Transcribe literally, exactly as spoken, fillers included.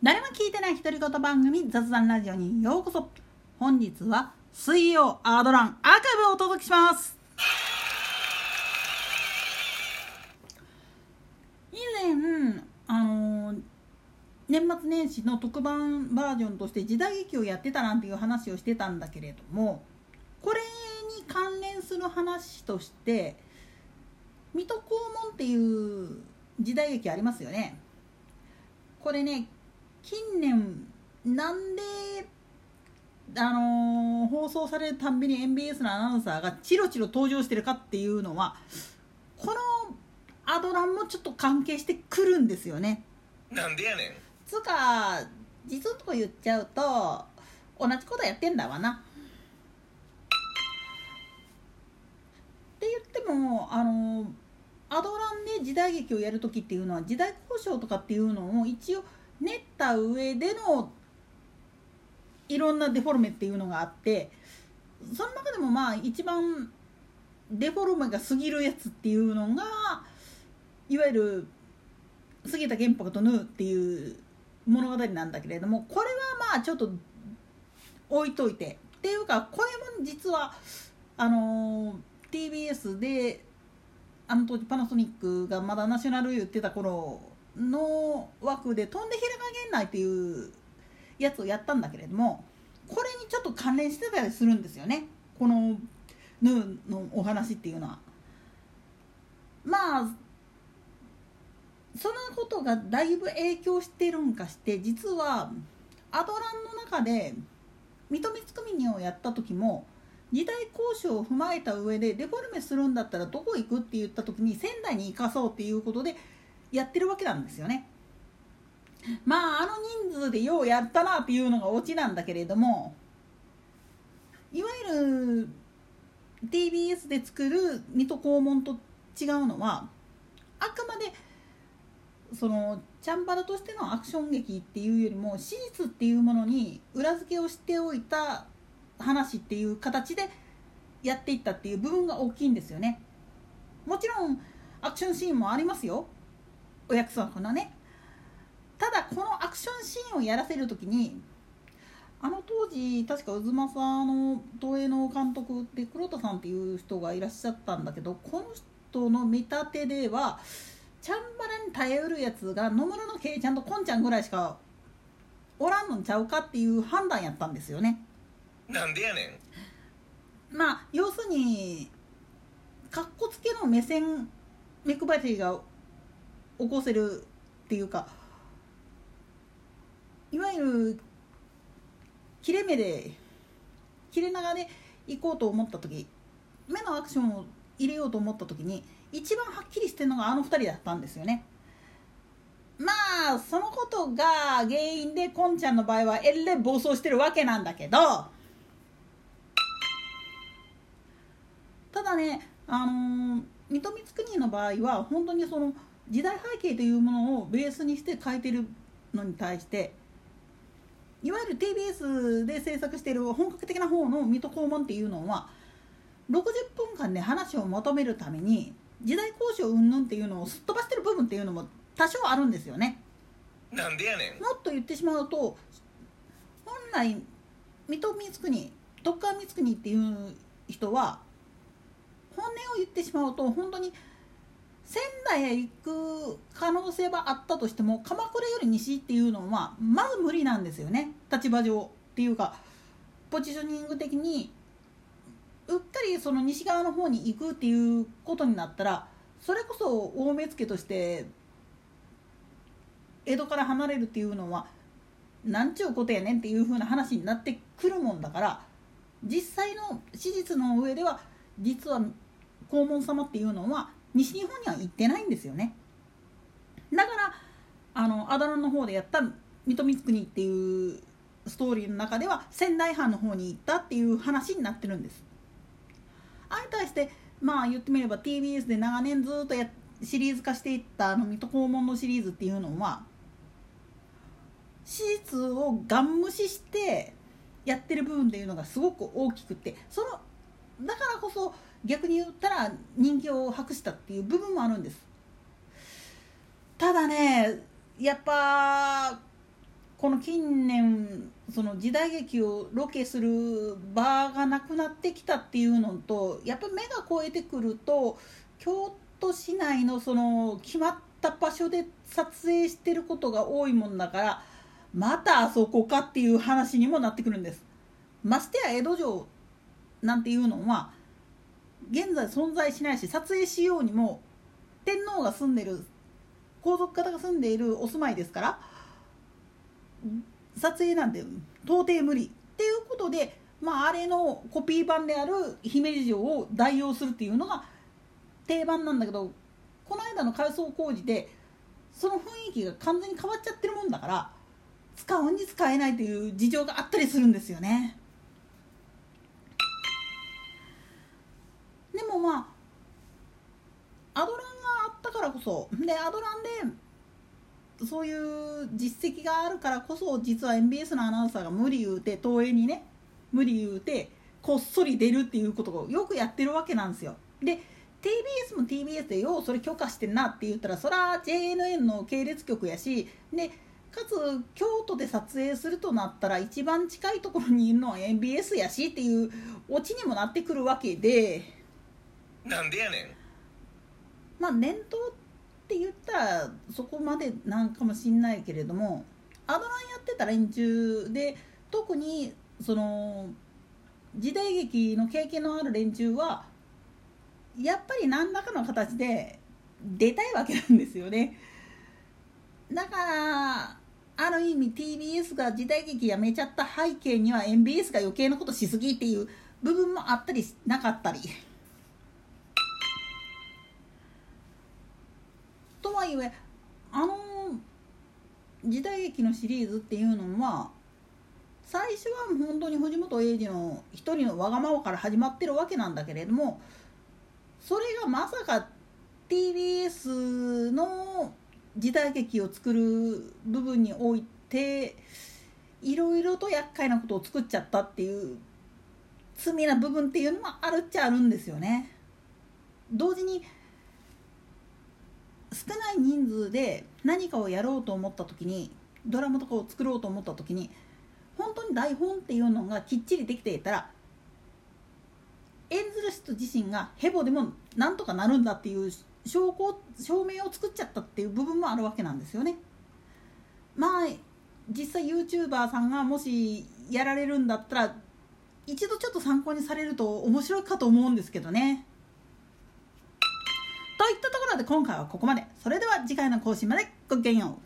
誰も聞いてない独り言番組雑談ラジオにようこそ。本日は水曜アードランアーカイブをお届けします。以前あのー、年末年始の特番バージョンとして時代劇をやってたなんていう話をしてたんだけれども、これに関連する話として水戸黄門っていう時代劇ありますよね。これね、近年なんであのー、放送されるたんびに エムビーエス のアナウンサーがチロチロ登場してるかっていうのは、このアドランもちょっと関係してくるんですよね。 なんでやねん。 つうか実のとこ言っちゃうと同じことやってんだわなって言っても、あのー、アドランで時代劇をやるときっていうのは時代交渉とかっていうのを一応練った上でのいろんなデフォルメっていうのがあって、その中でもまあ一番デフォルメが過ぎるやつっていうのがいわゆる杉田玄白とヌーっていう物語なんだけれども、これはまあちょっと置いといてっていうか、これも実はあの ティービーエス であの当時パナソニックがまだナショナル言ってた頃の枠で飛んで平賀源内っていうやつをやったんだけれども、これにちょっと関連してたりするんですよね、このヌーのお話っていうのは。まあそのことがだいぶ影響してるんかして、実はアドランの中で水戸光圀をやった時も時代交渉を踏まえた上でデフォルメするんだったらどこ行くって言った時に仙台に行かそうっていうことでやってるわけなんですよね。まああの人数でようやったなっていうのがオチなんだけれども、いわゆる ティービーエス で作る水戸黄門と違うのは、あくまでそのチャンバラとしてのアクション劇っていうよりも史実っていうものに裏付けをしておいた話っていう形でやっていったっていう部分が大きいんですよね。もちろんアクションシーンもありますよ、お約束のね。ただこのアクションシーンをやらせるときに、あの当時確か渦政の東映の監督で黒田さんっていう人がいらっしゃったんだけど、この人の見立てではチャンバラに耐えうるやつが野村のけいちゃんとこんちゃんぐらいしかおらんのんちゃうかっていう判断やったんですよね。 なんでやねん。まあ要するにかっこつけの目線目配りが起こせるっていうか、いわゆる切れ目で切れ長で行こうと思った時、目のアクションを入れようと思った時に一番はっきりしてるのがあのふたりだったんですよね。まあそのことが原因でこんちゃんの場合はえれ暴走してるわけなんだけど、ただね、あのー、水戸光圀の場合は本当にその時代背景というものをベースにして書いてるのに対して、いわゆる ティービーエス で制作している本格的な方の水戸黄門っていうのはろくじゅっぷんかんで話を求めるために時代交渉云々っていうのをすっ飛ばしてる部分っていうのも多少あるんですよね。 なんでやねん。 もっと言ってしまうと、本来水戸光圀徳川光圀っていう人は本音を言ってしまうと、本当に仙台へ行く可能性はあったとしても鎌倉より西っていうのはまず無理なんですよね、立場上っていうかポジショニング的に。うっかりその西側の方に行くっていうことになったら、それこそ大目付として江戸から離れるっていうのはなんちゅうことやねんっていう風な話になってくるもんだから、実際の史実の上では実は黄門様っていうのは西日本には行ってないんですよね。だからあのアダランの方でやった水戸光圀っていうストーリーの中では仙台藩の方に行ったっていう話になってるんです。あれに対してまあ言ってみれば ティービーエス で長年ずっとやシリーズ化していったあの水戸黄門のシリーズっていうのは史実をガン無視してやってる部分っていうのがすごく大きくて、そのだからこそ逆に言ったら人気を博したっていう部分もあるんです。ただね、やっぱ黄この近年その時代劇をロケする場がなくなってきたっていうのと、やっぱり目が超えてくると京都市内のその決まった場所で撮影してることが多いもんだから、またあそこかっていう話にもなってくるんです。ましてや江戸城なんていうのは現在存在しないし、撮影しようにも天皇が住んでる皇族方が住んでいるお住まいですから、撮影なんて到底無理っていうことで、まあ、あれのコピー版である姫路城を代用するっていうのが定番なんだけど、この間の改装工事でその雰囲気が完全に変わっちゃってるもんだから、使うに使えないという事情があったりするんですよね。でもまあアドランがあったからこそで、アドランでそういう実績があるからこそ、実は エムビーエス のアナウンサーが無理言うて、東映にね無理言うてこっそり出るっていうことをよくやってるわけなんですよ。で ティービーエス も ティービーエス でようそれ許可してんなって言ったら、それは ジェーエヌエヌ の系列局やし、でかつ京都で撮影するとなったら一番近いところにいるのは エムビーエス やしっていうオチにもなってくるわけで、 なんでやねん。 まあ念頭って言ったらそこまでなんかもしんないけれども、アドランやってた連中で特にその時代劇の経験のある連中はやっぱり何らかの形で出たいわけなんですよね。だからある意味 ティービーエス が時代劇やめちゃった背景には エムビーエス が余計なことしすぎっていう部分もあったりなかったりとはいえ、あの時代劇のシリーズっていうのは最初は本当に藤本英二の一人のわがままから始まってるわけなんだけれども、それがまさか ティービーエス の時代劇を作る部分においていろいろと厄介なことを作っちゃったっていう罪な部分っていうのもあるっちゃあるんですよね。同時に少ない人数で何かをやろうと思った時に、ドラマとかを作ろうと思った時に本当に台本っていうのがきっちりできていたら、演ずる人自身がヘボでもなんとかなるんだっていう証拠証明を作っちゃったっていう部分もあるわけなんですよね。まあ実際 YouTuber さんがもしやられるんだったら一度ちょっと参考にされると面白いかと思うんですけどね。といったところで今回はここまで。それでは次回の更新までごきげんよう。